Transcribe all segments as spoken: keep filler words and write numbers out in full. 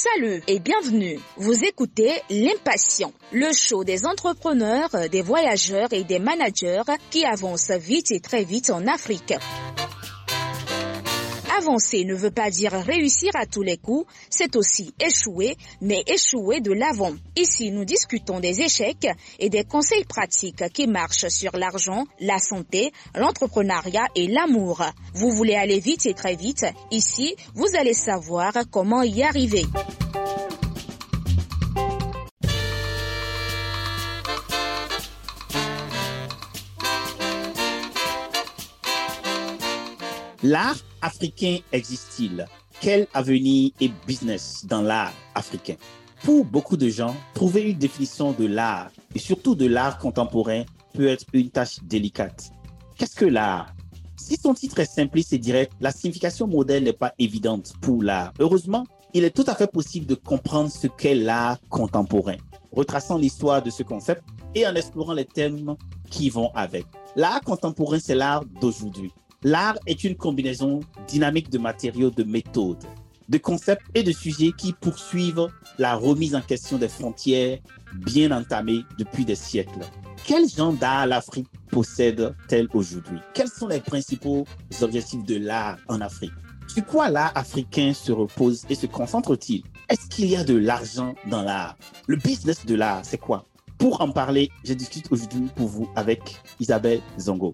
Salut et bienvenue. Vous écoutez L'Impatient, le show des entrepreneurs, des voyageurs et des managers qui avancent vite et très vite en Afrique. Avancer ne veut pas dire réussir à tous les coups, c'est aussi échouer, mais échouer de l'avant. Ici, nous discutons des échecs et des conseils pratiques qui marchent sur l'argent, la santé, l'entrepreneuriat et l'amour. Vous voulez aller vite et très vite? Ici, vous allez savoir comment y arriver. L'art africain existe-t-il? Quel avenir et business dans l'art africain? Pour beaucoup de gens, trouver une définition de l'art, et surtout de l'art contemporain, peut être une tâche délicate. Qu'est-ce que l'art? Si son titre est simpliste et direct, la signification moderne n'est pas évidente pour l'art. Heureusement, il est tout à fait possible de comprendre ce qu'est l'art contemporain, retraçant l'histoire de ce concept et en explorant les thèmes qui vont avec. L'art contemporain, c'est l'art d'aujourd'hui. L'art est une combinaison dynamique de matériaux, de méthodes, de concepts et de sujets qui poursuivent la remise en question des frontières bien entamées depuis des siècles. Quel genre d'art l'Afrique possède-t-elle aujourd'hui? Quels sont les principaux objectifs de l'art en Afrique? Sur quoi l'art africain se repose et se concentre-t-il? Est-ce qu'il y a de l'argent dans l'art? Le business de l'art, c'est quoi? Pour en parler, je discute aujourd'hui pour vous avec Isabelle Zongo.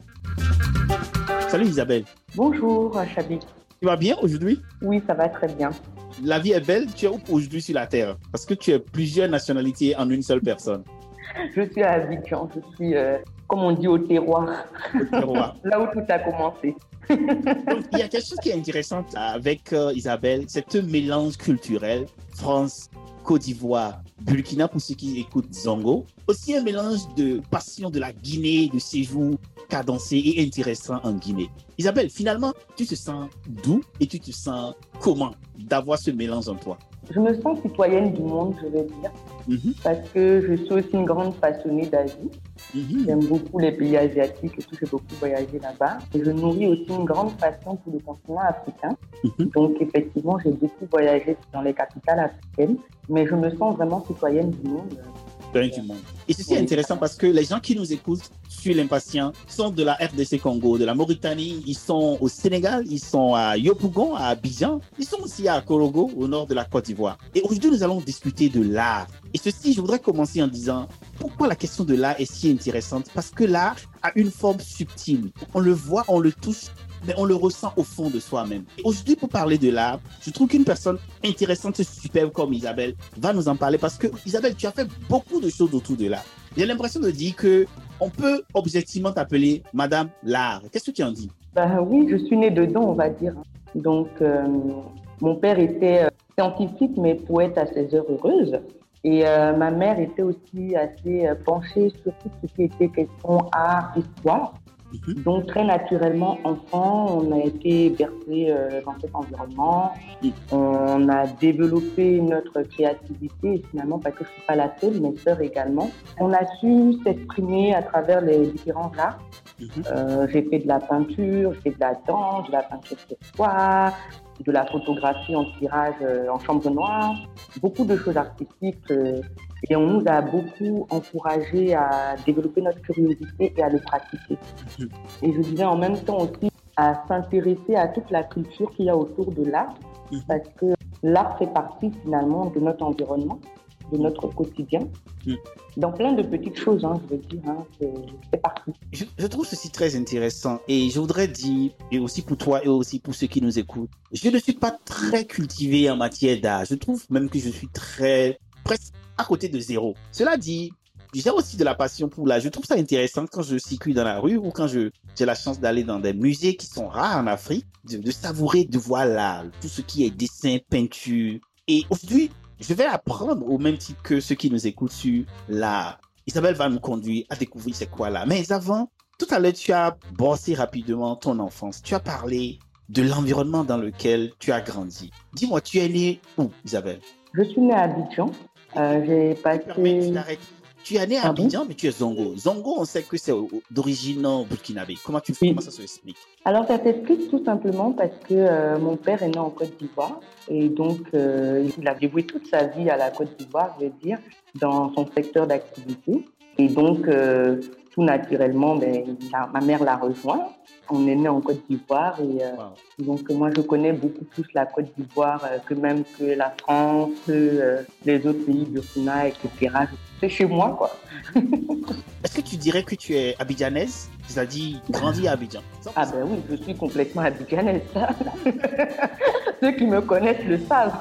Salut Isabelle. Bonjour Chabik. Tu vas bien aujourd'hui? Oui, ça va très bien. La vie est belle. Tu es où aujourd'hui sur la Terre? Parce que tu es plusieurs nationalités en une seule personne. Je suis à Abidjan. Je suis, euh, comme on dit, au terroir. Au terroir. Là où tout a commencé. Donc, il y a quelque chose qui est intéressant avec euh, Isabelle, c'est ce mélange culturel. France, Côte d'Ivoire, Burkina pour ceux qui écoutent Zongo. Aussi un mélange de passion de la Guinée, de séjour cadencé et intéressant en Guinée. Isabelle, finalement, tu te sens d'où et tu te sens comment d'avoir ce mélange en toi? Je me sens citoyenne du monde, je vais dire, mm-hmm. parce que je suis aussi une grande passionnée d'Asie. Mm-hmm. J'aime beaucoup les pays asiatiques et tout, j'ai beaucoup voyagé là-bas. Et je nourris aussi une grande passion pour le continent africain. Mm-hmm. Donc, effectivement, j'ai beaucoup voyagé dans les capitales africaines, mais je me sens vraiment citoyenne du monde. Du monde. Et ceci est intéressant parce que les gens qui nous écoutent sur l'Impatient sont de la R D C Congo, de la Mauritanie, ils sont au Sénégal, ils sont à Yopougon, à Abidjan, ils sont aussi à Korogo, au nord de la Côte d'Ivoire. Et aujourd'hui, nous allons discuter de l'art. Et ceci, je voudrais commencer en disant pourquoi la question de l'art est si intéressante? Parce que l'art a une forme subtile. On le voit, on le touche, mais on le ressent au fond de soi-même. Et aujourd'hui, pour parler de l'art, je trouve qu'une personne intéressante et superbe comme Isabelle va nous en parler parce que, Isabelle, tu as fait beaucoup de choses autour de l'art. J'ai l'impression de dire que on peut objectivement t'appeler Madame l'art. Qu'est-ce que tu en dis? Ben oui, je suis née dedans, on va dire. Donc, euh, mon père était scientifique, mais poète à ses heures heureuses. Et euh, ma mère était aussi assez euh, penchée sur tout ce qui était question art, histoire. Mm-hmm. Donc, très naturellement, enfant, on a été bercé euh, dans cet environnement. Mm. On a développé notre créativité, et finalement, parce que je ne suis pas la seule, mes sœurs également. On a su s'exprimer à travers les différents arts. Mm-hmm. Euh, j'ai fait de la peinture, j'ai fait de la danse, de la peinture sur toit, de la photographie en tirage euh, en chambre noire, beaucoup de choses artistiques. Euh, Et on nous a beaucoup encouragés à développer notre curiosité et à le pratiquer. Mmh. Et je dirais en même temps aussi à s'intéresser à toute la culture qu'il y a autour de l'art, mmh. parce que l'art fait partie finalement de notre environnement, de notre quotidien. Mmh. Dans plein de petites choses, hein, je veux dire, hein, c'est, c'est parti. Je, je trouve ceci très intéressant et je voudrais dire, et aussi pour toi et aussi pour ceux qui nous écoutent, je ne suis pas très cultivé en matière d'art. Je trouve même que je suis très, presque à côté de zéro. Cela dit, j'ai aussi de la passion pour l'art. Je trouve ça intéressant quand je circule dans la rue ou quand je, j'ai la chance d'aller dans des musées qui sont rares en Afrique, de, de savourer, de voir l'art, tout ce qui est dessin, peinture. Et aujourd'hui, je vais apprendre au même titre que ceux qui nous écoutent sur l'art. Isabelle va nous conduire à découvrir c'est quoi l'art. Mais avant, tout à l'heure, tu as bossé rapidement ton enfance. Tu as parlé de l'environnement dans lequel tu as grandi. Dis-moi, tu es née où, Isabelle? Je suis née à Abidjan. Euh, j'ai passé... Tu es né à Ah Abidjan, bon? mais tu es Zongo. Zongo, on sait que c'est d'origine burkinabé. Comment tu fais? Oui. Comment ça s'explique? Alors, ça s'explique tout simplement parce que euh, mon père est né en Côte d'Ivoire et donc euh, il a dévoué toute sa vie à la Côte d'Ivoire, je veux dire, dans son secteur d'activité. Et donc, euh, tout naturellement, ben, la- ma mère l'a rejoint. On est né en Côte d'Ivoire et euh, Wow. donc moi, je connais beaucoup plus la Côte d'Ivoire euh, que même que la France, que euh, les autres pays, Burkina, et cetera. C'est chez moi, quoi. Est-ce que tu dirais que tu es abidjanaise? C'est-à-dire grandi à Abidjan? Ah ben oui, je suis complètement abidjanaise, ça. Ceux qui me connaissent le savent.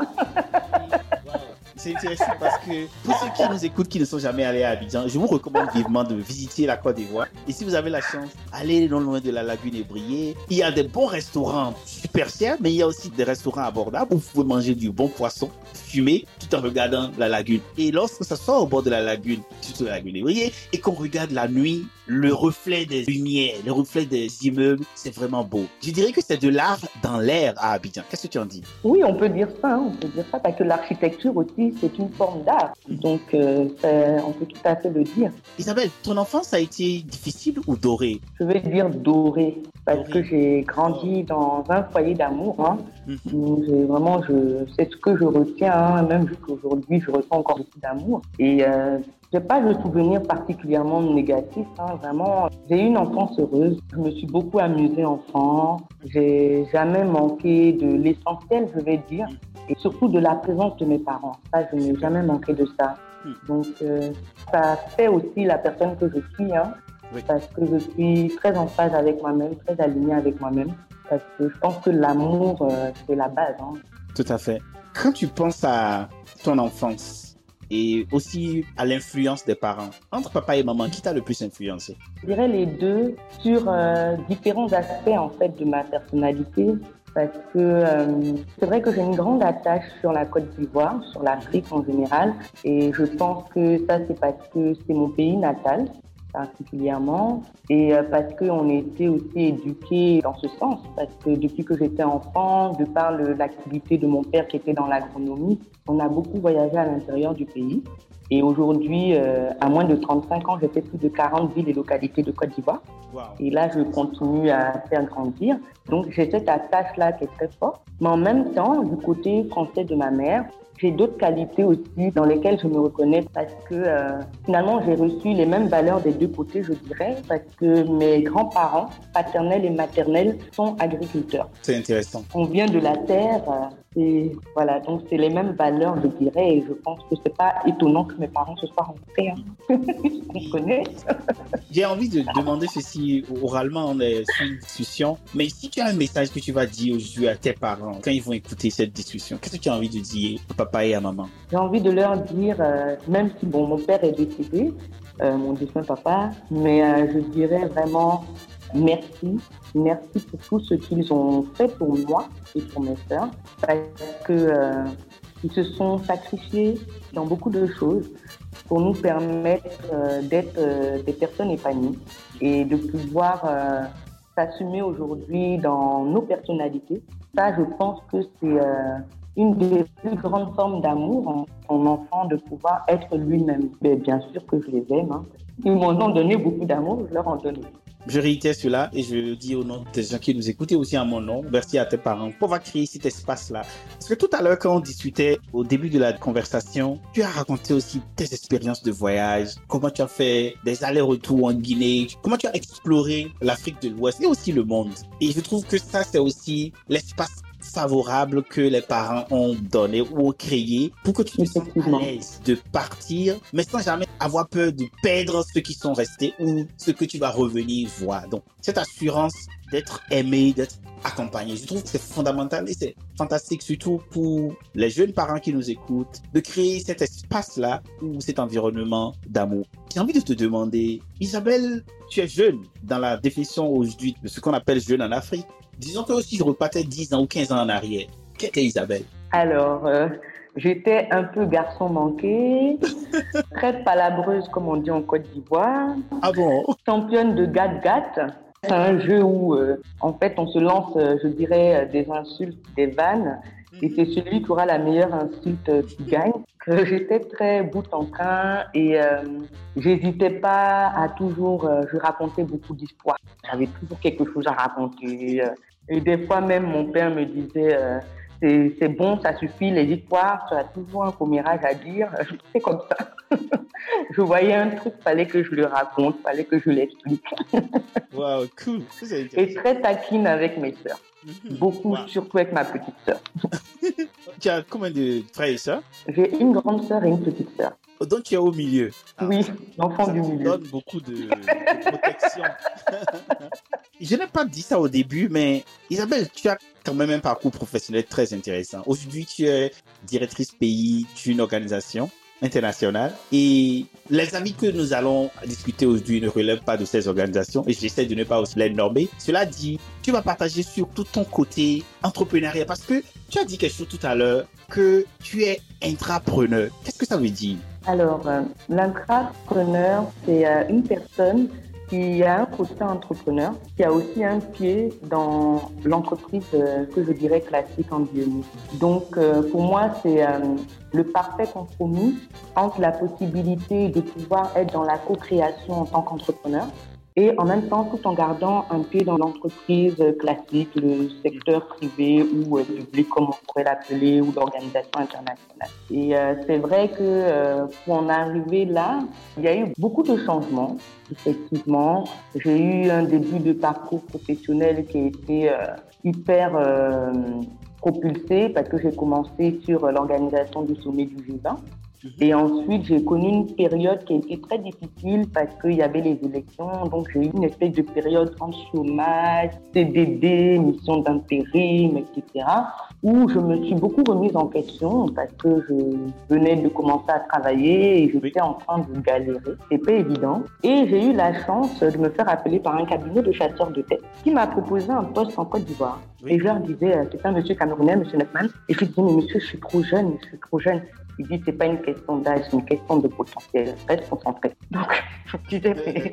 C'est intéressant parce que pour ceux qui nous écoutent, qui ne sont jamais allés à Abidjan, je vous recommande vivement de visiter la Côte d'Ivoire. Et si vous avez la chance, allez non loin de la lagune Ébrié. Il y a des bons restaurants super chers, mais il y a aussi des restaurants abordables où vous pouvez manger du bon poisson fumé tout en regardant la lagune. Et lorsque ça sort au bord de la lagune, surtout la lagune Ébrié, et qu'on regarde la nuit, le reflet des lumières, le reflet des immeubles, c'est vraiment beau. Je dirais que c'est de l'art dans l'air à Abidjan. Qu'est-ce que tu en dis? Oui, on peut dire ça, hein, on peut dire ça, parce que l'architecture aussi, c'est une forme d'art. Donc, euh, c'est- on peut tout à fait le dire. Isabelle, ton enfance a été difficile ou dorée? Je vais dire doré, parce Doré. que j'ai grandi dans un foyer d'amour. Hein. Mhm. Donc, j'ai vraiment, je, c'est ce que je retiens, hein, même jusqu'aujourd'hui, je ressens encore beaucoup d'amour. Et euh, j'ai pas de souvenirs particulièrement négatifs, hein, vraiment. J'ai eu une enfance heureuse. Je me suis beaucoup amusée enfant. J'ai jamais manqué de l'essentiel, je vais dire, et surtout de la présence de mes parents. Ça, je n'ai jamais manqué de ça. Hmm. Donc, euh, ça fait aussi la personne que je suis, hein, Oui. parce que je suis très en phase avec moi-même, très alignée avec moi-même, parce que je pense que l'amour, euh, c'est la base. Hein. Tout à fait. Quand tu penses à ton enfance et aussi à l'influence des parents, entre papa et maman, qui t'a le plus influencé? Je dirais les deux sur euh, différents aspects en fait de ma personnalité, parce que euh, c'est vrai que j'ai une grande attache sur la Côte d'Ivoire, sur l'Afrique en général, et je pense que ça c'est parce que c'est mon pays natal particulièrement, et euh, parce qu'on a été aussi éduqués dans ce sens, parce que depuis que j'étais enfant, de par le- l'activité de mon père qui était dans l'agronomie, on a beaucoup voyagé à l'intérieur du pays. Et aujourd'hui, euh, à moins de trente-cinq ans, j'ai fait plus de quarante villes et localités de Côte d'Ivoire. Wow. Et là, je continue à faire grandir. Donc, j'ai cette attache-là qui est très forte. Mais en même temps, du côté français de ma mère, j'ai d'autres qualités aussi dans lesquelles je me reconnais parce que euh, finalement, j'ai reçu les mêmes valeurs des deux côtés, je dirais, parce que mes grands-parents, paternels et maternels, sont agriculteurs. C'est intéressant. On vient de la terre euh, et voilà, donc c'est les mêmes valeurs, je dirais, et je pense que c'est pas étonnant que mes parents se soient rencontrés. Hein. On connaît. J'ai envie de demander ceci oralement, on est sur une discussion, mais si tu as un message que tu vas dire aujourd'hui à tes parents quand ils vont écouter cette discussion, qu'est-ce que tu as envie de dire à papa et à maman? J'ai envie de leur dire, euh, même si bon, mon père est décédé, euh, mon défunt papa, mais euh, je dirais vraiment merci. Merci pour tout ce qu'ils ont fait pour moi et pour mes sœurs, parce que euh, ils se sont sacrifiés dans beaucoup de choses pour nous permettre euh, d'être euh, des personnes épanouies et de pouvoir euh, s'assumer aujourd'hui dans nos personnalités. Ça, je pense que c'est euh, une des plus grandes formes d'amour en son enfant, de pouvoir être lui-même. Mais bien sûr que je les aime. Hein. Ils m'en ont donné beaucoup d'amour, je leur en donne. Je réitère cela et je le dis au nom des gens qui nous écoutent et aussi à mon nom. Merci à tes parents pour avoir créé cet espace-là. Parce que tout à l'heure, quand on discutait au début de la conversation, tu as raconté aussi tes expériences de voyage, comment tu as fait des allers-retours en Guinée, comment tu as exploré l'Afrique de l'Ouest et aussi le monde. Et je trouve que ça, c'est aussi l'espace favorable que les parents ont donné ou ont créé pour que tu te sentes à l'aise de partir, mais sans jamais avoir peur de perdre ceux qui sont restés ou ce que tu vas revenir voir. Donc, cette assurance d'être aimé, d'être accompagné, je trouve que c'est fondamental et c'est fantastique, surtout pour les jeunes parents qui nous écoutent, de créer cet espace-là ou cet environnement d'amour. J'ai envie de te demander, Isabelle, tu es jeune dans la définition aujourd'hui de ce qu'on appelle jeune en Afrique. Disons que si je repartais dix ans ou quinze ans en arrière, qu'était Isabelle? Alors, euh, j'étais un peu garçon manqué, très palabreuse comme on dit en Côte d'Ivoire. Ah bon? Championne de gat-gat. C'est un jeu où, euh, en fait, on se lance, euh, je dirais, euh, des insultes, des vannes. Et c'est celui qui aura la meilleure insulte euh, qui gagne. Que j'étais très bout en train et euh, j'hésitais pas à toujours, euh, je racontais beaucoup d'histoires. J'avais toujours quelque chose à raconter. Euh, et des fois même, mon père me disait... Euh, C'est, c'est bon, ça suffit, les histoires, tu as toujours un commérage à dire. C'est comme ça. Je voyais un truc, fallait que je le raconte, fallait que je l'explique. Wow, cool. C'est Et très taquine avec mes sœurs. Mm-hmm. Beaucoup, wow. Surtout avec ma petite sœur. Tu as combien de frères et sœurs? J'ai une grande sœur et une petite sœur. Donc tu es au milieu. Ah, oui, l'enfant du milieu. Ça donne beaucoup de, de protection. Je n'ai pas dit ça au début, mais Isabelle, tu as quand même un parcours professionnel très intéressant. Aujourd'hui, tu es directrice pays d'une organisation internationale et les amis que nous allons discuter aujourd'hui ne relèvent pas de ces organisations et j'essaie de ne pas aussi les nommer. Cela dit, tu vas partager sur tout ton côté entrepreneuriat parce que tu as dit quelque chose tout à l'heure que tu es intrapreneur. Qu'est-ce que ça veut dire? Alors, euh, l'intrapreneur, c'est euh, une personne qui a un côté entrepreneur, qui a aussi un pied dans l'entreprise euh, que je dirais classique en bionique. Donc, euh, pour moi, c'est euh, le parfait compromis entre la possibilité de pouvoir être dans la co-création en tant qu'entrepreneur et en même temps tout en gardant un pied dans l'entreprise classique, le secteur privé ou euh, public comme on pourrait l'appeler ou l'organisation internationale. Et euh, c'est vrai que euh, pour en arriver là, il y a eu beaucoup de changements. Effectivement, j'ai eu un début de parcours professionnel qui a été euh, hyper euh, propulsé parce que j'ai commencé sur l'organisation du sommet du G vingt. Et ensuite, j'ai connu une période qui a été très difficile parce qu'il y avait les élections. Donc, j'ai eu une espèce de période en chômage, C D D, mission d'intérim, et cetera, où je me suis beaucoup remise en question parce que je venais de commencer à travailler et j'étais en train de galérer. C'est pas évident. Et j'ai eu la chance de me faire appeler par un cabinet de chasseurs de tête qui m'a proposé un poste en Côte d'Ivoire. Oui. Et je leur disais, c'est un monsieur camerounais, monsieur Neufman. Et je lui disais, mais monsieur, je suis trop jeune, je suis trop jeune. Il dit, c'est pas une question d'âge, c'est une question de potentiel. Reste concentré. Donc, je disais, mais...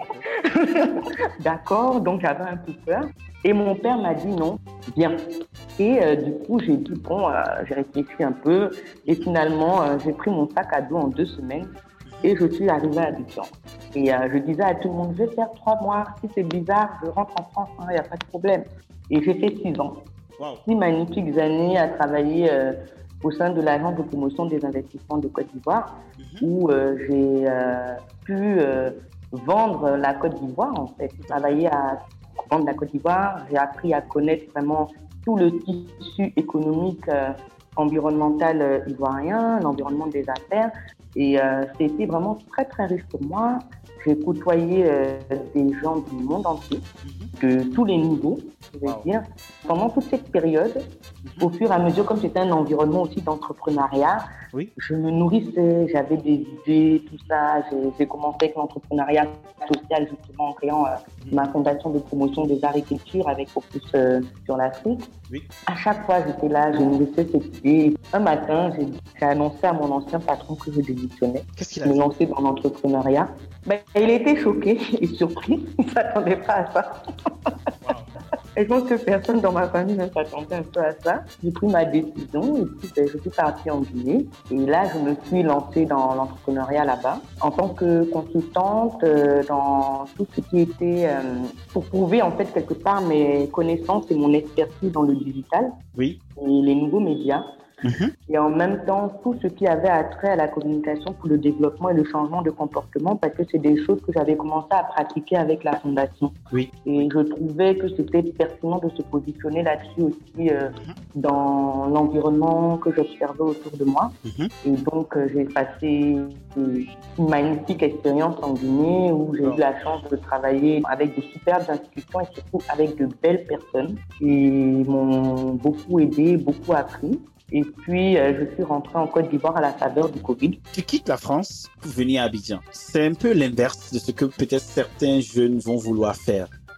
D'accord, donc j'avais un peu peur. Et mon père m'a dit non, bien. Et euh, du coup, j'ai dit, bon, euh, j'ai réfléchi un peu. Et finalement, euh, j'ai pris mon sac à dos en deux semaines. Et je suis arrivée à Abidjan. Et euh, je disais à tout le monde, je vais faire trois mois. Si c'est bizarre, je rentre en France, il hein, n'y a pas de problème. Et j'ai fait six ans. Wow. Six magnifiques années à travailler... Euh, au sein de l'agence de promotion des investissements de Côte d'Ivoire, mmh. où euh, j'ai euh, pu euh, vendre la Côte d'Ivoire, en fait. J'ai travaillé à vendre la Côte d'Ivoire, j'ai appris à connaître vraiment tout le tissu économique euh, environnemental euh, ivoirien, l'environnement des affaires, et euh, c'était vraiment très très riche pour moi. J'ai côtoyé euh, des gens du monde entier, de tous les niveaux, je vais wow. dire. Pendant toute cette période, mm-hmm. au fur et à mesure, comme c'était un environnement aussi d'entrepreneuriat, oui. je me nourrissais, j'avais des idées, tout ça. J'ai, j'ai commencé avec l'entrepreneuriat social, justement, en créant euh, mm-hmm. ma fondation de promotion des arts et cultures avec focus euh, sur l'Afrique. Oui. À chaque fois, j'étais là, je nourrissais cette idée. Un matin, j'ai, j'ai annoncé à mon ancien patron que je démissionnais. Qu'est-ce qu'il a me dit? lancer dans l'entrepreneuriat. Ben, il était choqué et surpris. Il ne s'attendait pas à ça. Wow. Et je pense que personne dans ma famille ne s'attendait un peu à ça. J'ai pris ma décision et puis ben, je suis partie en Guinée. Et là, je me suis lancée dans l'entrepreneuriat là-bas en tant que consultante euh, dans tout ce qui était euh, pour prouver en fait quelque part mes connaissances et mon expertise dans le digital oui. et les nouveaux médias. Mmh. Et en même temps, tout ce qui avait attrait à la communication pour le développement et le changement de comportement, parce que c'est des choses que j'avais commencé à pratiquer avec la fondation. Oui. Et je trouvais que c'était pertinent de se positionner là-dessus aussi euh, mmh. dans l'environnement que j'observais autour de moi. Mmh. Et donc, euh, j'ai passé une magnifique expérience en Guinée où j'ai oh. eu la chance de travailler avec de superbes institutions et surtout avec de belles personnes qui m'ont beaucoup aidé, beaucoup appris. Et puis, euh, je suis rentrée en Côte d'Ivoire à la faveur du Covid. Tu quittes la France pour venir à Abidjan. C'est un peu l'inverse de ce que peut-être certains jeunes vont vouloir faire.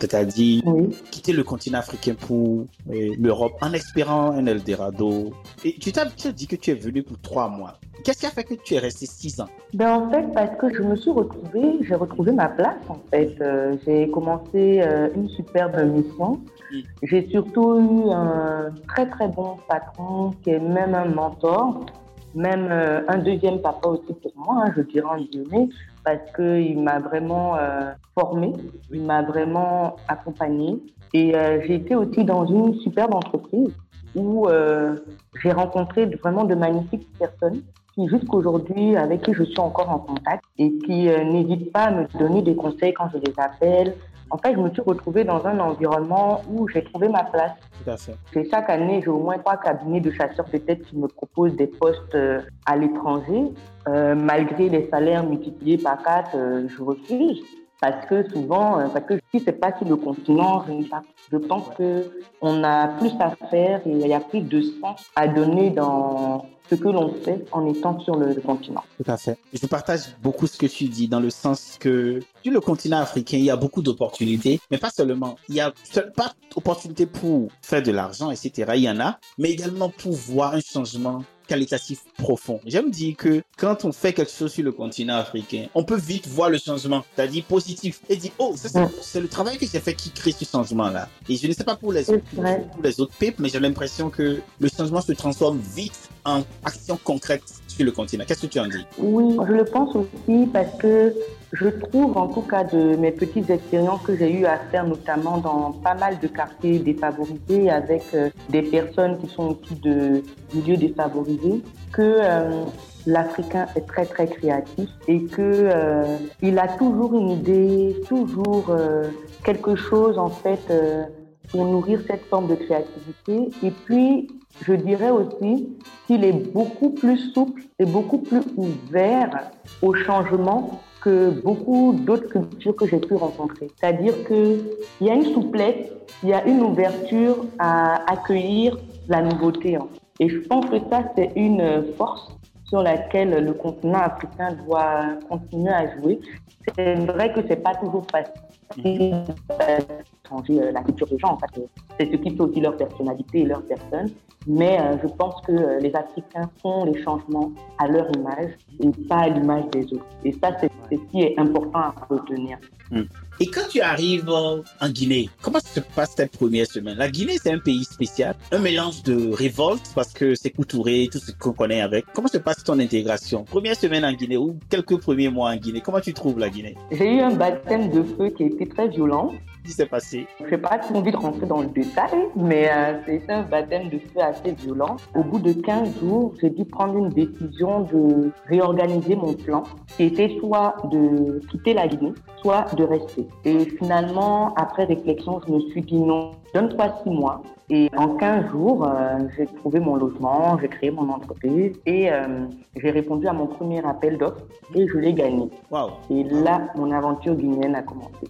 c'est-à-dire Oui. quitter le continent africain pour euh, l'Europe en espérant un Eldorado. Et tu t'as tu as dit que tu es venu pour trois mois. Qu'est-ce qui a fait que tu es resté six ans? Ben, en fait, parce que je me suis retrouvée, j'ai retrouvé ma place, en fait. Euh, j'ai commencé euh, une superbe mission. Mm. J'ai surtout eu un très, très bon patron qui est même un mentor, même euh, un deuxième papa aussi pour moi, hein, je dirais en guillemets, parce qu'il m'a vraiment euh, formée, il m'a vraiment accompagnée. Et euh, j'ai été aussi dans une superbe entreprise où euh, j'ai rencontré vraiment de magnifiques personnes qui jusqu'aujourd'hui, avec qui je suis encore en contact et qui euh, n'hésitent pas à me donner des conseils quand je les appelle. En fait, je me suis retrouvée dans un environnement où j'ai trouvé ma place. Tout à fait. Et chaque année, j'ai au moins trois cabinets de chasseurs de tête qui me proposent des postes euh, à l'étranger. Euh, malgré les salaires multipliés par quatre, euh, je refuse. Parce que souvent, euh, parce que si c'est pas sur le continent, je, je pense que on a plus à faire et il y a plus de sens à donner dans ce que l'on fait en étant sur le, le continent. Tout à fait. Je partage beaucoup ce que tu dis dans le sens que sur le continent africain, il y a beaucoup d'opportunités, mais pas seulement. Il y a pas d'opportunités pour faire de l'argent, et cetera. Il y en a, mais également pour voir un changement qualitatif profond. J'aime dire que quand on fait quelque chose sur le continent africain, on peut vite voir le changement, c'est-à-dire positif, et dire, oh, ça, c'est, c'est le travail que j'ai fait qui crée ce changement-là. Et je ne sais pas pour les autres, pour les autres peuples, mais j'ai l'impression que le changement se transforme vite en action concrète sur le continent. Qu'est-ce que tu en dis? Oui, je le pense aussi parce que je trouve, en tout cas de mes petites expériences que j'ai eu à faire, notamment dans pas mal de quartiers défavorisés avec euh, des personnes qui sont issues de milieux défavorisés, que euh, l'Africain est très très créatif et que euh, il a toujours une idée, toujours euh, quelque chose en fait euh, pour nourrir cette forme de créativité. Et puis, je dirais aussi qu'il est beaucoup plus souple et beaucoup plus ouvert au changement que beaucoup d'autres cultures que j'ai pu rencontrer. C'est-à-dire qu'il y a une souplesse, il y a une ouverture à accueillir la nouveauté. Et je pense que ça, c'est une force sur laquelle le continent africain doit continuer à jouer. C'est vrai que c'est pas toujours facile de changer la culture des gens, en fait. C'est ce qui fait aussi leur personnalité et leur personne. Mais euh, je pense que euh, les Africains font les changements à leur image et pas à l'image des autres. Et ça, c'est, c'est ce qui est important à retenir. Hum. Et quand tu arrives en Guinée, comment se passe cette première semaine? La Guinée, c'est un pays spécial, un mélange de révolte parce que c'est couturé, tout ce qu'on connaît avec. Comment se passe ton intégration? Première semaine en Guinée ou quelques premiers mois en Guinée, comment tu trouves la Guinée? J'ai eu un baptême de feu qui a été très violent. Qu'est-ce qui s'est passé? Je n'ai pas trop envie de rentrer dans le détail, mais euh, c'est un baptême de feu assez violent. Au bout de quinze jours, j'ai dû prendre une décision de réorganiser mon plan, qui était soit de quitter la Guinée, soit de rester. Et finalement, après réflexion, je me suis dit non, donne-toi six mois. Et en quinze jours, euh, j'ai trouvé mon logement, j'ai créé mon entreprise et euh, j'ai répondu à mon premier appel d'offres et je l'ai gagné. Wow. Et là, mon aventure guinéenne a commencé.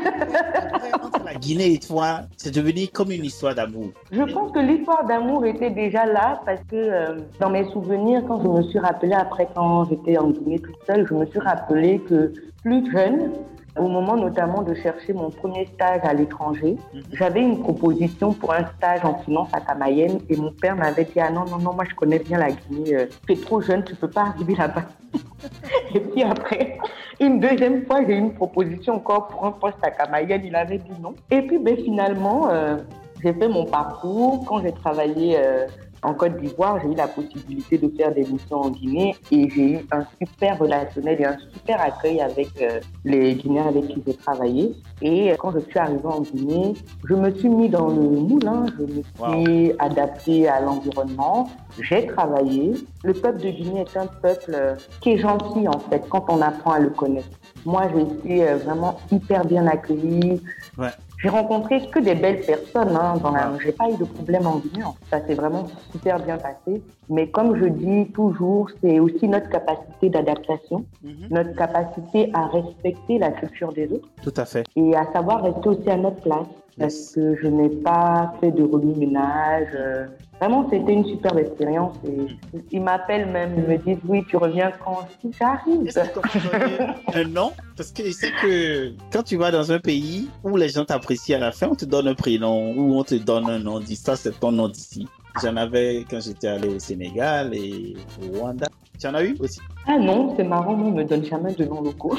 Entre la Guinée et toi, c'est devenu comme une histoire d'amour. Je pense que l'histoire d'amour était déjà là parce que euh, dans mes souvenirs, quand je me suis rappelée après quand j'étais en Guinée toute seule, je me suis rappelée que plus jeune, au moment notamment de chercher mon premier stage à l'étranger, mm-hmm. j'avais une proposition pour un stage en finance à Camaïenne et mon père m'avait dit « Ah non, non, non, moi je connais bien la Guinée, euh, tu es trop jeune, tu peux pas arriver là-bas. » Et puis après, une deuxième fois, j'ai eu une proposition encore pour un poste à Camaïenne, il avait dit non. Et puis ben, finalement, euh, j'ai fait mon parcours. Quand j'ai travaillé euh, en Côte d'Ivoire, j'ai eu la possibilité de faire des missions en Guinée et j'ai eu un super relationnel et un super accueil avec euh, les Guinéens avec qui j'ai travaillé. Et quand je suis arrivée en Guinée, je me suis mis dans le moule, hein. Je me suis wow. adaptée à l'environnement, j'ai travaillé. Le peuple de Guinée est un peuple qui est gentil en fait quand on apprend à le connaître. Moi, j'ai été vraiment hyper bien accueillie. Ouais. J'ai rencontré que des belles personnes. Hein, dans la... J'ai pas eu de problème en Guinée. Ça s'est vraiment super bien passé. Mais comme je dis toujours, c'est aussi notre capacité d'adaptation, mm-hmm. notre capacité à respecter la culture des autres. Tout à fait. Et à savoir rester aussi à notre place. parce Yes. que je n'ai pas fait de remue-ménage. Euh, Vraiment, c'était une superbe expérience. Et ils m'appellent même, ils me disent oui, tu reviens quand j'arrive. Est-ce que tu peux donner un nom? Parce que je sais que quand tu vas dans un pays où les gens t'apprécient à la fin, on te donne un prénom ou on te donne un nom. Dis ça, c'est ton nom d'ici. J'en avais quand j'étais allé au Sénégal et au Rwanda. Tu en as eu aussi? Ah non, c'est marrant, moi, on me donne jamais de noms locaux.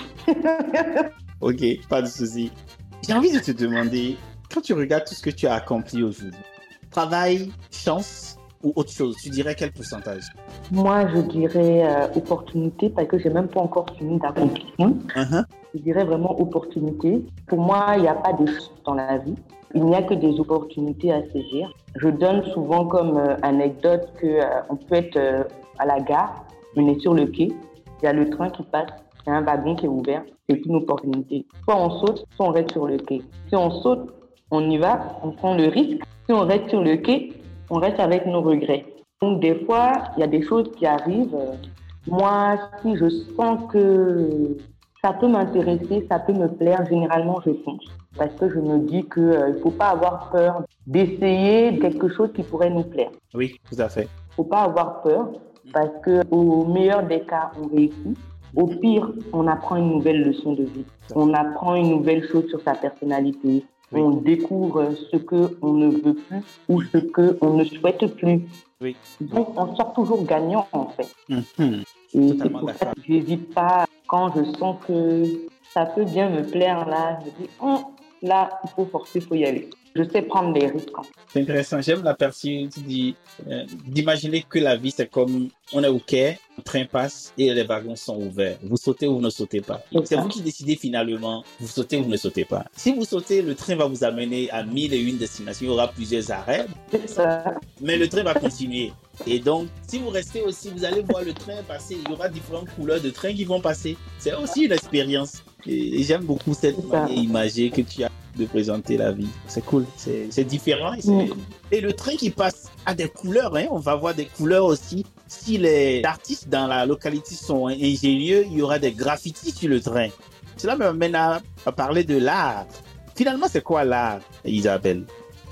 Ok, pas de souci. J'ai envie de te demander, quand tu regardes tout ce que tu as accompli aujourd'hui, travail, chance ou autre chose, tu dirais quel pourcentage? Moi, je dirais euh, opportunité parce que j'ai même pas encore fini d'accomplissement. Uh-huh. Je dirais vraiment opportunité. Pour moi, il n'y a pas de chance dans la vie. Il n'y a que des opportunités à saisir. Je donne souvent comme euh, anecdote que euh, on peut être euh, à la gare, on est sur le quai, il y a le train qui passe, il y a un wagon qui est ouvert, c'est une opportunité. Soit on saute, soit on reste sur le quai. Si on saute, on y va, on prend le risque. Si on reste sur le quai, on reste avec nos regrets. Donc des fois, il y a des choses qui arrivent. Moi, si je sens que ça peut m'intéresser, ça peut me plaire, généralement je fonce. Parce que je me dis qu'il euh, ne faut pas avoir peur d'essayer quelque chose qui pourrait nous plaire. Oui, tout à fait. Il ne faut pas avoir peur parce qu'au meilleur des cas, on réussit. Au pire, on apprend une nouvelle leçon de vie. On apprend une nouvelle chose sur sa personnalité. Oui. On découvre ce qu'on ne veut plus ou ce qu'on ne souhaite plus. Oui. Donc, on sort toujours gagnant, en fait. Mm-hmm. Et c'est pour ça que je n'hésite pas, quand je sens que ça peut bien me plaire, là, je me dis, oh, là, il faut forcer, il faut y aller. Je sais prendre des risques. C'est intéressant. J'aime l'aperçu, tu dis, euh, d'imaginer que la vie, c'est comme on est au quai, le train passe et les wagons sont ouverts. Vous sautez ou vous ne sautez pas. C'est, c'est vous qui décidez finalement, vous sautez ou vous ne sautez pas. Si vous sautez, le train va vous amener à mille et une destinations. Il y aura plusieurs arrêts. C'est ça. Mais le train va continuer. Et donc, si vous restez aussi, vous allez voir le train passer. Il y aura différentes couleurs de trains qui vont passer. C'est aussi une expérience. Et, et j'aime beaucoup cette manière imagée que tu as de présenter la vie. C'est cool. C'est, c'est différent. Et, c'est... Mm. et le train qui passe a des couleurs. Hein. On va voir des couleurs aussi. Si les artistes dans la localité sont ingénieux, il y aura des graffitis sur le train. Cela m'amène à, à parler de l'art. Finalement, c'est quoi l'art, Isabelle?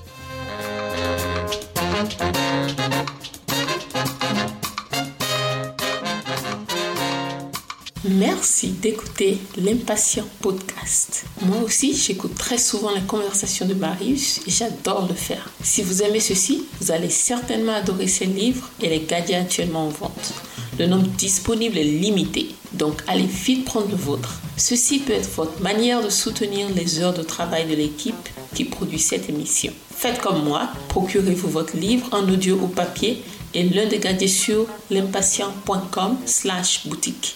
Merci d'écouter l'Impatient Podcast. Moi aussi, j'écoute très souvent les conversations de Marius et j'adore le faire. Si vous aimez ceci, vous allez certainement adorer ces livres et les gadgets actuellement en vente. Le nombre disponible est limité, donc allez vite prendre le vôtre. Ceci peut être votre manière de soutenir les heures de travail de l'équipe qui produit cette émission. Faites comme moi, procurez-vous votre livre en audio ou papier et l'un des gadgets sur l'impatient point com slash boutique.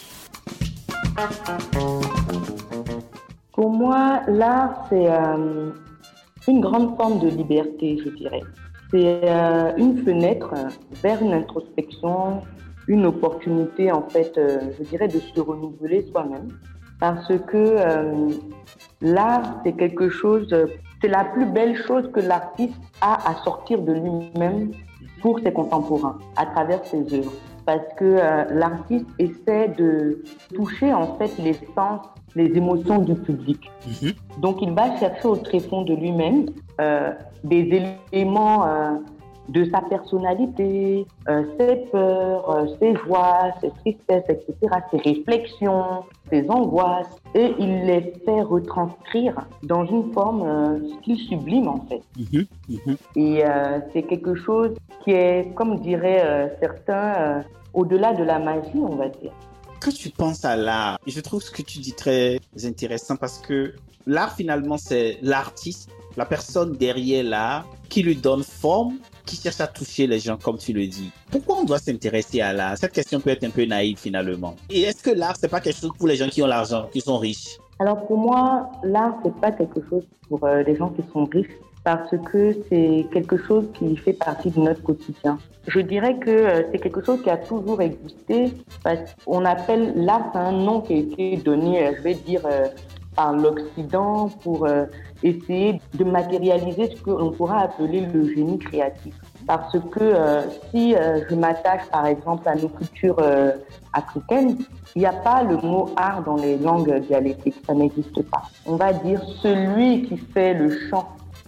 Pour moi, l'art, c'est euh, une grande forme de liberté, je dirais. C'est euh, une fenêtre vers une introspection, une opportunité, en fait, euh, je dirais, de se renouveler soi-même. Parce que euh, l'art, c'est quelque chose, c'est la plus belle chose que l'artiste a à sortir de lui-même pour ses contemporains, à travers ses œuvres. Parce que euh, l'artiste essaie de toucher en fait les sens, les émotions du public. Mm-hmm. Donc il va chercher au tréfonds de lui-même euh, des éléments euh, de sa personnalité, euh, ses peurs, euh, ses joies, ses tristesses, et cetera, ses réflexions, ses angoisses, et il les fait retranscrire dans une forme euh, style sublime en fait. Mm-hmm. Mm-hmm. Et euh, c'est quelque chose qui est, comme diraient euh, certains, euh, au-delà de la magie, on va dire. Quand tu penses à l'art, je trouve ce que tu dis très intéressant parce que l'art finalement c'est l'artiste, la personne derrière l'art qui lui donne forme, qui cherche à toucher les gens comme tu le dis. Pourquoi on doit s'intéresser à l'art? Cette question peut être un peu naïve finalement. Et est-ce que l'art c'est pas quelque chose pour les gens qui ont l'argent, qui sont riches? Alors pour moi, l'art c'est pas quelque chose pour euh, les gens qui sont riches parce que c'est quelque chose qui fait partie de notre quotidien. Je dirais que euh, c'est quelque chose qui a toujours existé parce qu'on appelle l'art, c'est un nom qui a été donné, euh, je vais dire, euh, par l'Occident pour euh, essayer de matérialiser ce qu'on pourra appeler le génie créatif. Parce que euh, si euh, je m'attache par exemple à nos cultures euh, africaines, il n'y a pas le mot art dans les langues dialectiques, ça n'existe pas. On va dire celui qui fait le chant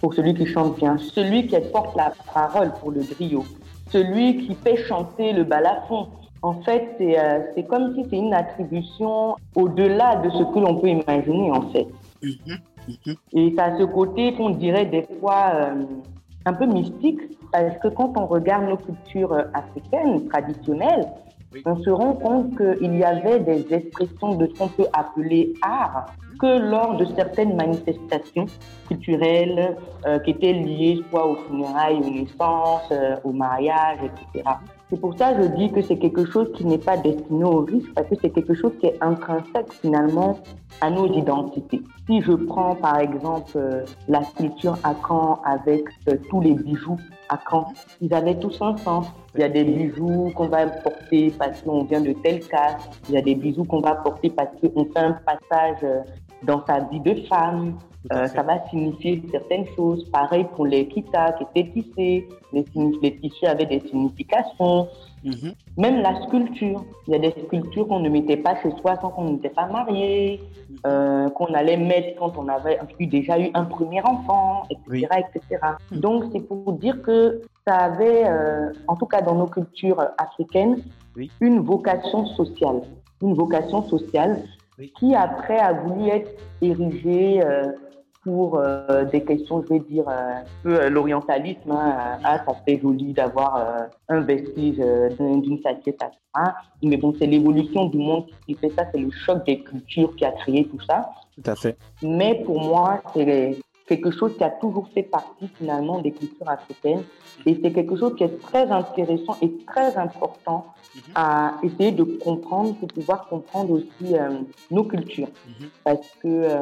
pour celui qui chante bien, celui qui porte la parole pour le griot, celui qui fait chanter le balafon. En fait, c'est, euh, c'est comme si c'est une attribution au-delà de ce que l'on peut imaginer, en fait. Mm-hmm. Mm-hmm. Et ça a ce côté qu'on dirait des fois euh, un peu mystique, parce que quand on regarde nos cultures africaines traditionnelles, oui. on se rend compte qu'il y avait des expressions de ce qu'on peut appeler art que lors de certaines manifestations culturelles euh, qui étaient liées soit aux funérailles, aux naissances, euh, au mariage, et cetera. C'est pour ça que je dis que c'est quelque chose qui n'est pas destiné au risque, parce que c'est quelque chose qui est intrinsèque finalement à nos identités. Si je prends par exemple euh, la sculpture à Caen avec euh, tous les bijoux à Caen, ils avaient tous un sens. Il y a des bijoux qu'on va porter parce qu'on vient de telle caste, il y a des bijoux qu'on va porter parce qu'on fait un passage euh, dans sa vie de femme. Euh, ça va signifier certaines choses. Pareil pour les kitas qui étaient tissés. Les, les tissus avaient des significations. Mm-hmm. Même la sculpture. Il y a des sculptures qu'on ne mettait pas chez soi quand on n'était pas marié, mm-hmm. euh, qu'on allait mettre quand on avait déjà eu un premier enfant, et cetera, oui. et cetera. Mm-hmm. Donc, c'est pour dire que ça avait, euh, en tout cas dans nos cultures africaines, oui. une vocation sociale. Une vocation sociale oui. qui après a voulu être érigée euh, pour euh, des questions, je vais dire, euh, un peu euh, l'orientalisme. Hein, ah, ça fait joli d'avoir euh, un vestige euh, d'une satiété, et cetera. Mais bon, c'est l'évolution du monde qui fait ça, c'est le choc des cultures qui a créé tout ça. Tout à fait. Mais pour moi, c'est quelque chose qui a toujours fait partie finalement des cultures africaines. Et c'est quelque chose qui est très intéressant et très important mm-hmm. à essayer de comprendre pour pouvoir comprendre aussi euh, nos cultures. Mm-hmm. Parce que euh,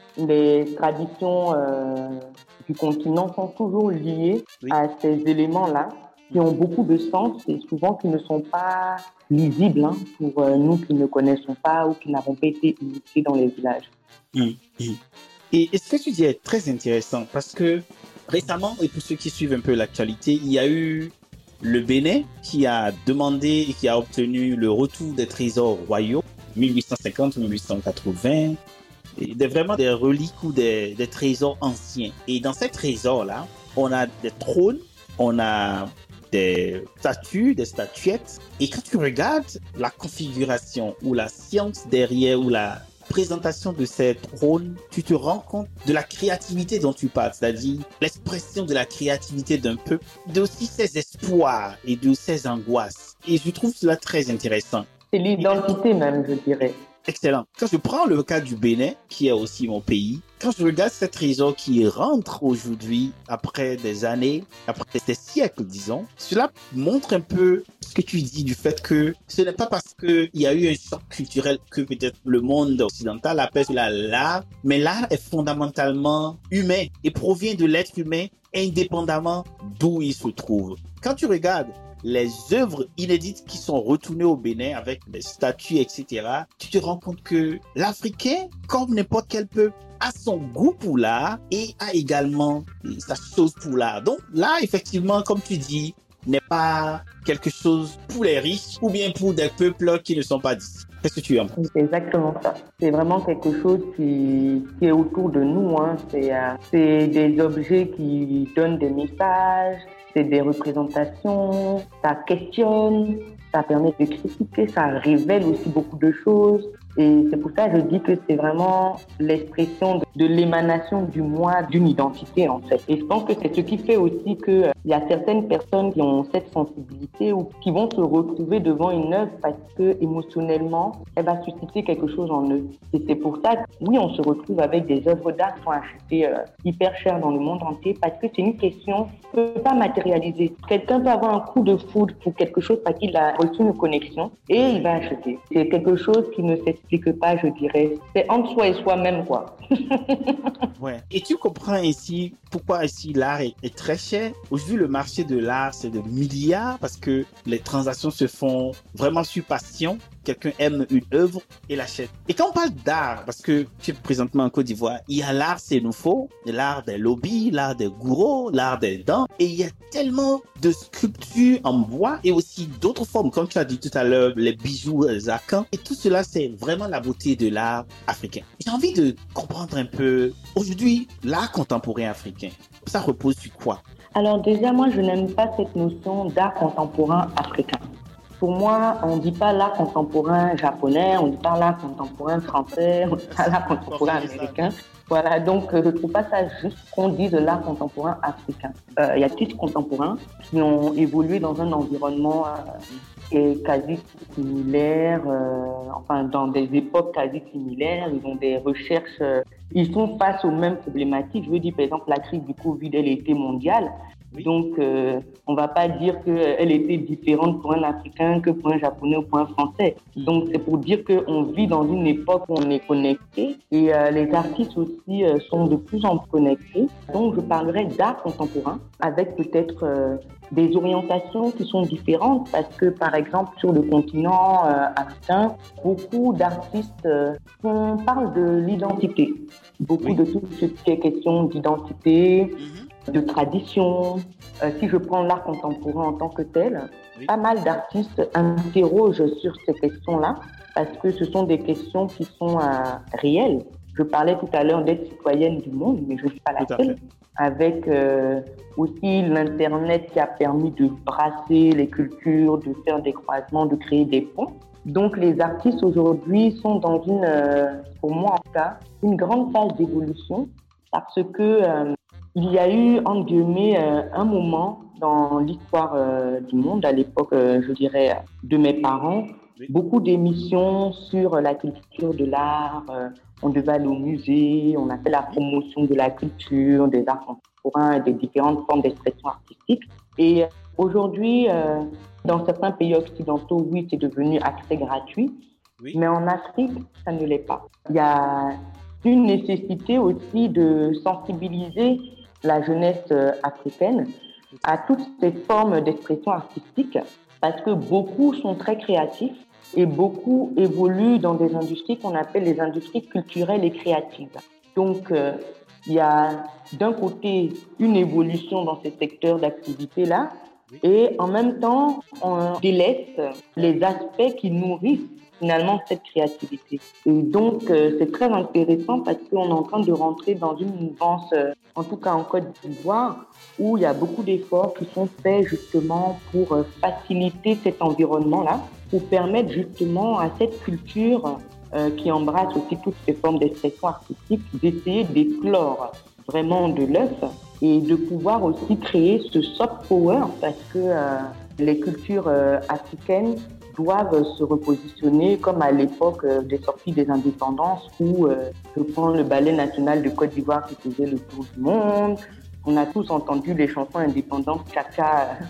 les traditions euh, du continent sont toujours liées oui. à ces éléments-là qui ont beaucoup de sens et souvent qui ne sont pas lisibles hein, pour euh, nous qui ne connaissons pas ou qui n'avons pas été initiés dans les villages. Mm-hmm. Et, et ce que tu dis est très intéressant parce que récemment, et pour ceux qui suivent un peu l'actualité, il y a eu le Bénin qui a demandé et qui a obtenu le retour des trésors royaux, mille huit cent cinquante mille huit cent quatre-vingts, et des, vraiment des reliques ou des, des trésors anciens. Et dans ces trésors-là, on a des trônes, on a des statues, des statuettes. Et quand tu regardes la configuration ou la science derrière ou la présentation de ces trônes, tu te rends compte de la créativité dont tu parles, c'est-à-dire l'expression de la créativité d'un peuple, de aussi ses espoirs et de ses angoisses. Et je trouve cela très intéressant. C'est l'identité même, je dirais. Excellent. Quand je prends le cas du Bénin, qui est aussi mon pays, quand je regarde ces trésors qui rentrent aujourd'hui, après des années, après des siècles, disons, cela montre un peu ce que tu dis du fait que ce n'est pas parce qu'il y a eu un choc culturel que peut-être le monde occidental appelle cela l'art, mais l'art est fondamentalement humain et provient de l'être humain indépendamment d'où il se trouve. Quand tu regardes les œuvres inédites qui sont retournées au Bénin avec des statues, et cetera, tu te rends compte que l'Africain, comme n'importe quel peuple, a son goût pour l'art et a également sa chose pour l'art. Donc là, effectivement, comme tu dis, n'est pas quelque chose pour les riches ou bien pour des peuples qui ne sont pas d'ici. Qu'est-ce que tu en penses? C'est exactement ça. C'est vraiment quelque chose qui, qui est autour de nous. Hein. C'est, euh, c'est des objets qui donnent des messages, c'est des représentations, ça questionne, ça permet de critiquer, ça révèle aussi beaucoup de choses. Et c'est pour ça que je dis que c'est vraiment l'expression de, de l'émanation du moi, d'une identité en fait. Et je pense que c'est ce qui fait aussi qu'il euh, y a certaines personnes qui ont cette sensibilité ou qui vont se retrouver devant une œuvre parce que émotionnellement, elle va susciter quelque chose en eux. Et c'est pour ça que oui, on se retrouve avec des œuvres d'art qui sont achetées euh, hyper chères dans le monde entier parce que c'est une question qu'on ne peut pas matérialiser. Quelqu'un peut avoir un coup de foudre pour quelque chose parce qu'il a reçu une connexion et il va acheter. C'est quelque chose qui ne s'explique pas, je dirais. C'est entre soi et soi-même, quoi. Ouais. Et tu comprends ici pourquoi ici l'art est, est très cher. Aujourd'hui, le marché de l'art, c'est de milliards parce que les transactions se font vraiment sur passion. quelqu'un aime une œuvre et l'achète. Et quand on parle d'art, parce que tu es présentement en Côte d'Ivoire, il y a l'art sénoufo, l'art des lobbies, l'art des gourous, l'art des dents, et il y a tellement de sculptures en bois et aussi d'autres formes, comme tu as dit tout à l'heure, les bijoux, les arcans, et tout cela, c'est vraiment la beauté de l'art africain. J'ai envie de comprendre un peu, aujourd'hui, l'art contemporain africain, ça repose sur quoi? Alors déjà, moi, je n'aime pas cette notion d'art contemporain africain. Pour moi, on ne dit pas l'art contemporain japonais, on ne dit pas l'art contemporain français, on ne dit pas l'art contemporain américain. Voilà, donc je ne trouve pas ça juste qu'on dise l'art contemporain africain. Euh, il y a artistes contemporains qui ont évolué dans un environnement euh, qui est quasi similaire, euh, enfin dans des époques quasi similaires, ils ont des recherches, euh, ils sont face aux mêmes problématiques. Je veux dire, par exemple, la crise du Covid, elle était mondiale. Oui. Donc, euh, on va pas dire qu'elle était différente pour un Africain que pour un Japonais ou pour un Français. Donc, c'est pour dire qu'on vit dans une époque où on est connecté et euh, les artistes aussi euh, sont de plus en plus connectés. Donc, je parlerai d'art contemporain avec peut-être euh, des orientations qui sont différentes parce que, par exemple, sur le continent euh, africain, beaucoup d'artistes euh, on parle de l'identité. Beaucoup oui. de tout ce qui est question d'identité, mm-hmm. de tradition. Euh, si je prends l'art contemporain en tant que tel, oui. pas mal d'artistes interrogent sur ces questions-là parce que ce sont des questions qui sont euh, réelles. Je parlais tout à l'heure d'être citoyenne du monde, mais je ne suis pas la seule. Avec euh, aussi l'Internet qui a permis de brasser les cultures, de faire des croisements, de créer des ponts. Donc les artistes aujourd'hui sont dans une, euh, pour moi en tout cas, une grande phase d'évolution parce que euh, il y a eu, en guillemets, euh, un moment dans l'histoire euh, du monde, à l'époque, euh, je dirais, de mes parents, oui. beaucoup d'émissions sur la culture de l'art. Euh, on devait aller au musée, on a fait la promotion de la culture, des arts contemporains et des différentes formes d'expression artistique. Et aujourd'hui, euh, dans certains pays occidentaux, oui, c'est devenu accès gratuit. Oui. Mais en Afrique, ça ne l'est pas. Il y a une nécessité aussi de sensibiliser la jeunesse africaine à toutes ces formes d'expression artistique parce que beaucoup sont très créatifs et beaucoup évoluent dans des industries qu'on appelle les industries culturelles et créatives. Donc, euh, il y a d'un côté une évolution dans ces secteurs d'activité-là et en même temps, on délaisse les aspects qui nourrissent finalement cette créativité. Et donc, euh, c'est très intéressant parce qu'on est en train de rentrer dans une mouvance, euh, en tout cas en Côte d'Ivoire, où il y a beaucoup d'efforts qui sont faits justement pour euh, faciliter cet environnement-là, pour permettre justement à cette culture euh, qui embrasse aussi toutes ces formes d'expression artistique d'essayer d'éclore vraiment de l'œuf et de pouvoir aussi créer ce soft power parce que euh, les cultures euh, africaines doivent se repositionner comme à l'époque euh, des sorties des indépendances où euh, je prends le ballet national de Côte d'Ivoire qui faisait le tour du monde. On a tous entendu les chansons indépendantes Tchaka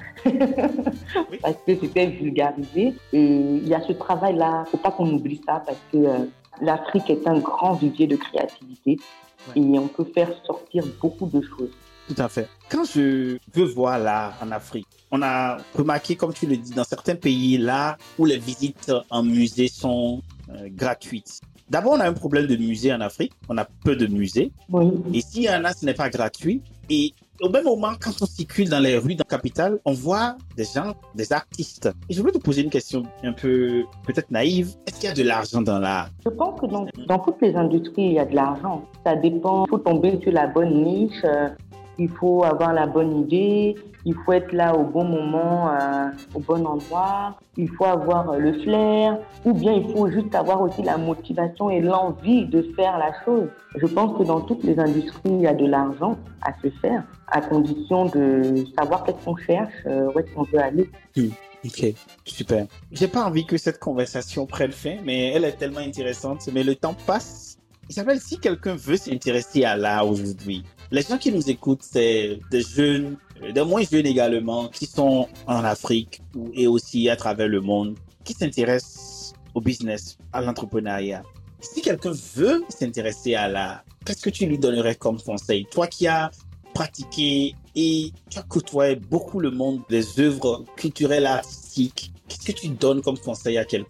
parce que c'était vulgarisé. Et il y a ce travail-là, il ne faut pas qu'on oublie ça parce que euh, l'Afrique est un grand vivier de créativité ouais. et on peut faire sortir beaucoup de choses. Tout à fait. Quand je veux voir l'art en Afrique, on a remarqué, comme tu le dis, dans certains pays, là où les visites en musée sont euh, gratuites. D'abord, on a un problème de musée en Afrique. On a peu de musées. Oui. Et s'il y en a, ce n'est pas gratuit. Et au même moment, quand on circule dans les rues de la capitale, on voit des gens, des artistes. Et je voulais te poser une question un peu, peut-être naïve. Est-ce qu'il y a de l'argent dans l'art? Je pense que dans, dans toutes les industries, il y a de l'argent. Ça dépend. Il faut tomber sur la bonne niche. Euh, il faut avoir la bonne idée. Il faut être là au bon moment, euh, au bon endroit. Il faut avoir euh, le flair. Ou bien il faut juste avoir aussi la motivation et l'envie de faire la chose. Je pense que dans toutes les industries, il y a de l'argent à se faire, à condition de savoir qu'est-ce qu'on cherche, euh, où est-ce qu'on veut aller. Mmh. Ok, super. J'ai pas envie que cette conversation prenne fin, mais elle est tellement intéressante. Mais le temps passe. Isabelle, si quelqu'un veut s'intéresser à l'art aujourd'hui, les gens qui nous écoutent, c'est des jeunes, des moins jeunes également, qui sont en Afrique et aussi à travers le monde, qui s'intéressent au business, à l'entrepreneuriat. Si quelqu'un veut s'intéresser à l'art, qu'est-ce que tu lui donnerais comme conseil? Toi qui as pratiqué et tu as côtoyé beaucoup le monde des œuvres culturelles, artistiques, qu'est-ce que tu donnes comme conseil à quelqu'un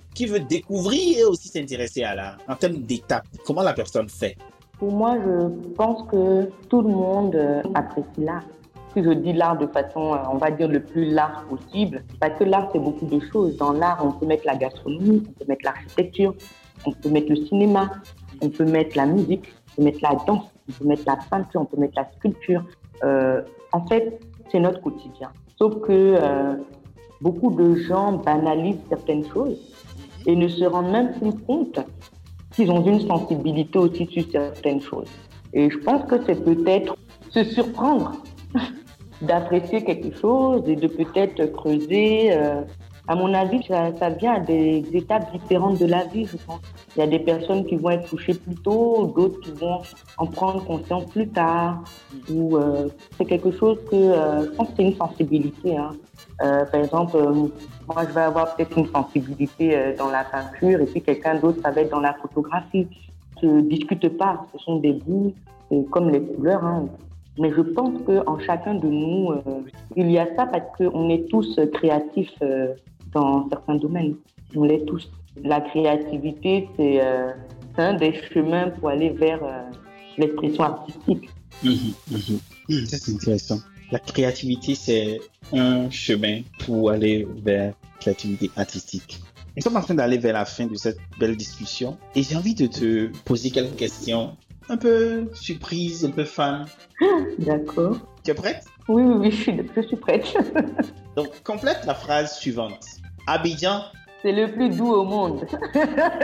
qui veut découvrir et aussi s'intéresser à l'art, en termes d'étapes, comment la personne fait? Pour moi, je pense que tout le monde apprécie l'art. Si je dis l'art de façon, on va dire, le plus large possible, parce que l'art, c'est beaucoup de choses. Dans l'art, on peut mettre la gastronomie, on peut mettre l'architecture, on peut mettre le cinéma, on peut mettre la musique, on peut mettre la danse, on peut mettre la peinture, on peut mettre la sculpture. Euh, en fait, c'est notre quotidien. Sauf que euh, beaucoup de gens banalisent certaines choses et ne se rendent même plus compte qu'ils ont une sensibilité aussi sur certaines choses. Et je pense que c'est peut-être se surprendre d'apprécier quelque chose et de peut-être creuser. Euh, à mon avis, ça, ça vient à des étapes différentes de la vie, je pense. Il y a des personnes qui vont être touchées plus tôt, d'autres qui vont en prendre conscience plus tard. Ou euh, c'est quelque chose que euh, je pense que c'est une sensibilité. Hein. Euh, par exemple, euh, moi je vais avoir peut-être une sensibilité euh, dans la peinture et puis quelqu'un d'autre ça va être dans la photographie. Je ne discute pas, ce sont des goûts, et comme les couleurs. Hein. Mais je pense qu'en chacun de nous, euh, il y a ça parce qu'on est tous créatifs euh, dans certains domaines. On l'est tous. La créativité, c'est, euh, c'est un des chemins pour aller vers euh, l'expression artistique. Mmh, mmh, mmh. Ça, c'est intéressant. La créativité, c'est un chemin pour aller vers la créativité artistique. Nous sommes en train d'aller vers la fin de cette belle discussion et j'ai envie de te poser quelques questions un peu surprise, un peu fun. D'accord. Tu es prête? Oui, oui, oui, je suis, je suis prête. Donc, complète la phrase suivante. Abidjan. C'est le plus doux au monde. J'ai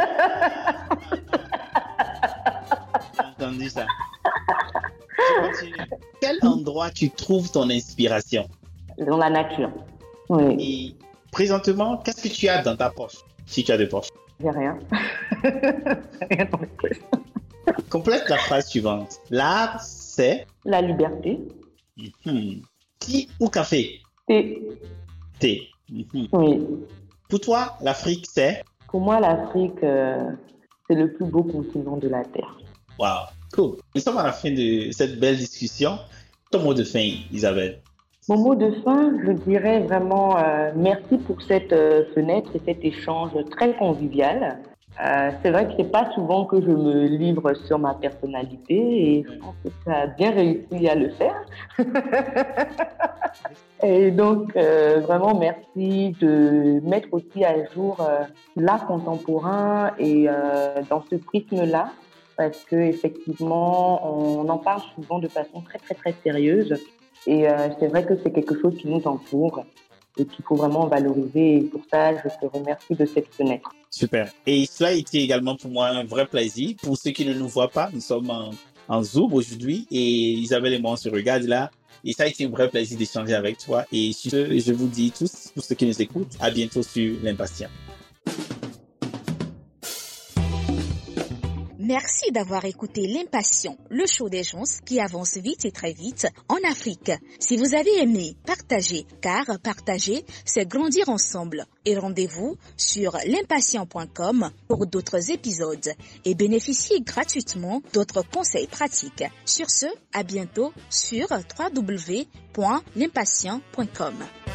entendu ça. Je continue. Quel endroit tu trouves ton inspiration? Dans la nature. Oui. Et présentement, qu'est-ce que tu as dans ta poche? Si tu as des poches. J'ai rien. Rien dans mes poches. Complète la phrase suivante. L'art, c'est... La liberté. Mm-hmm. Thé ou café? Thé. Thé. Mm-hmm. Oui. Pour toi, l'Afrique, c'est? Pour moi, l'Afrique, euh, c'est le plus beau continent de la Terre. Wow, cool. Nous sommes à la fin de cette belle discussion. Ton mot de fin, Isabelle? Mon mot de fin, je dirais vraiment euh, merci pour cette euh, fenêtre et cet échange très convivial. Euh, c'est vrai que c'est pas souvent que je me livre sur ma personnalité et je pense que ça a bien réussi à le faire. Et donc, euh, vraiment merci de mettre aussi à jour euh, l'art contemporain et euh, dans ce prisme-là, parce que effectivement, on en parle souvent de façon très très très sérieuse. Et euh, c'est vrai que c'est quelque chose qui nous entoure et qu'il faut vraiment valoriser. Et pour ça, je te remercie de cette fenêtre. Super. Et cela a été également pour moi un vrai plaisir. Pour ceux qui ne nous voient pas, nous sommes en, en Zoom aujourd'hui et Isabelle et moi, on se regarde là. Et ça a été un vrai plaisir d'échanger avec toi. Et sur ce, je vous dis tous, pour ceux qui nous écoutent, à bientôt sur l'Impatient. Merci d'avoir écouté l'Impatient, le show des gens qui avance vite et très vite en Afrique. Si vous avez aimé, partagez, car partager, c'est grandir ensemble. Et rendez-vous sur l'impatient point com pour d'autres épisodes et bénéficiez gratuitement d'autres conseils pratiques. Sur ce, à bientôt sur w w w point l'impatient point com.